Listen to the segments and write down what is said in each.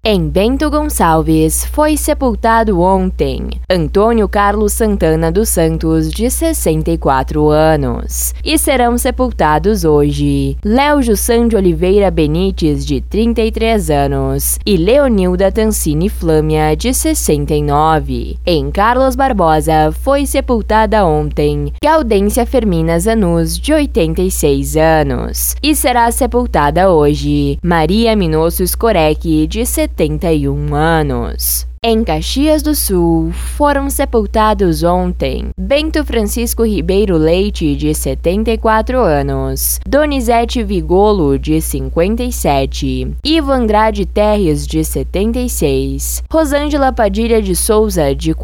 Em Bento Gonçalves, foi sepultado ontem Antônio Carlos Santana dos Santos, de 64 anos. E serão sepultados hoje Léo Jussan de Oliveira Benites, de 33 anos, e Leonilda Tancini Flâmia, de 69. Em Carlos Barbosa, foi sepultada ontem Gaudência Fermina Zanus, de 86 anos. E será sepultada hoje Maria Minosso Scorec, de 71 anos. Em Caxias do Sul, foram sepultados ontem Bento Francisco Ribeiro Leite, de 74 anos, Donizete Vigolo, de 57, Ivo Andrade Terres, de 76, Rosângela Padilha de Souza, de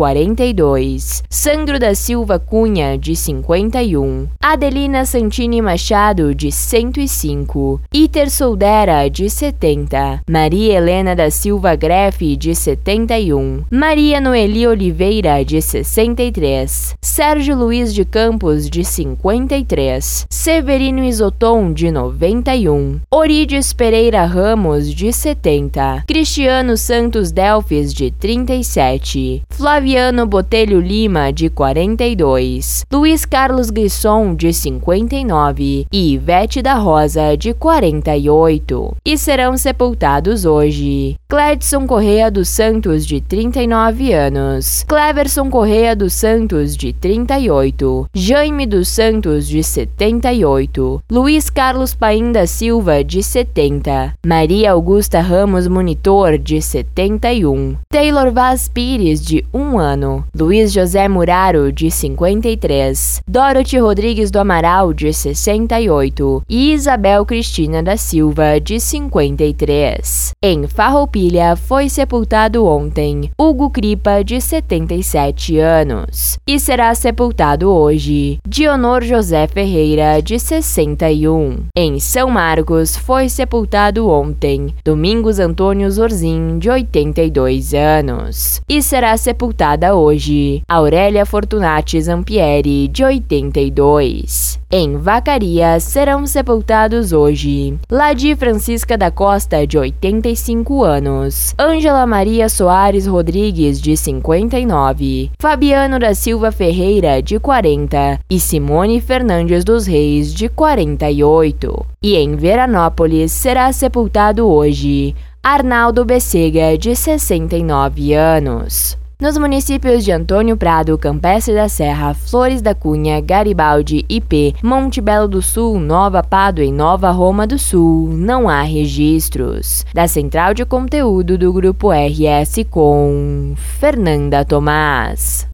42, Sandro da Silva Cunha, de 51, Adelina Santini Machado, de 105, Iter Soldera, de 70, Maria Helena da Silva Grefe, de 71, Maria Noeli Oliveira, de 63, Sérgio Luiz de Campos, de 53, Severino Isoton, de 91, Orides Pereira Ramos, de 70, Cristiano Santos Delfes, de 37, Flaviano Botelho Lima, de 42, Luiz Carlos Grisson, de 59 e Ivete da Rosa, de 48. E serão sepultados hoje Cledson Correia dos Santos, de 39 anos, Cleverson Correia dos Santos, de 38, Jaime dos Santos, de 78, Luiz Carlos Paim da Silva, de 70, Maria Augusta Ramos Monitor, de 71, Taylor Vaz Pires, de 1 ano, Luiz José Muraro, de 53, Dorothy Rodrigues do Amaral, de 68 e Isabel Cristina da Silva, de 53. Em Farroupilha, foi sepultado ontem Hugo Cripa, de 77 anos, e será sepultado hoje Dionor José Ferreira, de 61. Em São Marcos, foi sepultado ontem Domingos Antônio Zorzin, de 82 anos, e será sepultada hoje Aurélia Fortunati Zampieri, de 82. Em Vacaria, serão sepultados hoje Ladi Francisca da Costa, de 85 anos, Ângela Maria Soares Rodrigues, de 59, Fabiano da Silva Ferreira, de 40 e Simone Fernandes dos Reis, de 48. E em Veranópolis, será sepultado hoje Arnaldo Becega, de 69 anos. Nos municípios de Antônio Prado, Campestre da Serra, Flores da Cunha, Garibaldi, IP, Monte Belo do Sul, Nova Pádua e Nova Roma do Sul, não há registros. Da Central de Conteúdo do Grupo RS com Fernanda Tomás.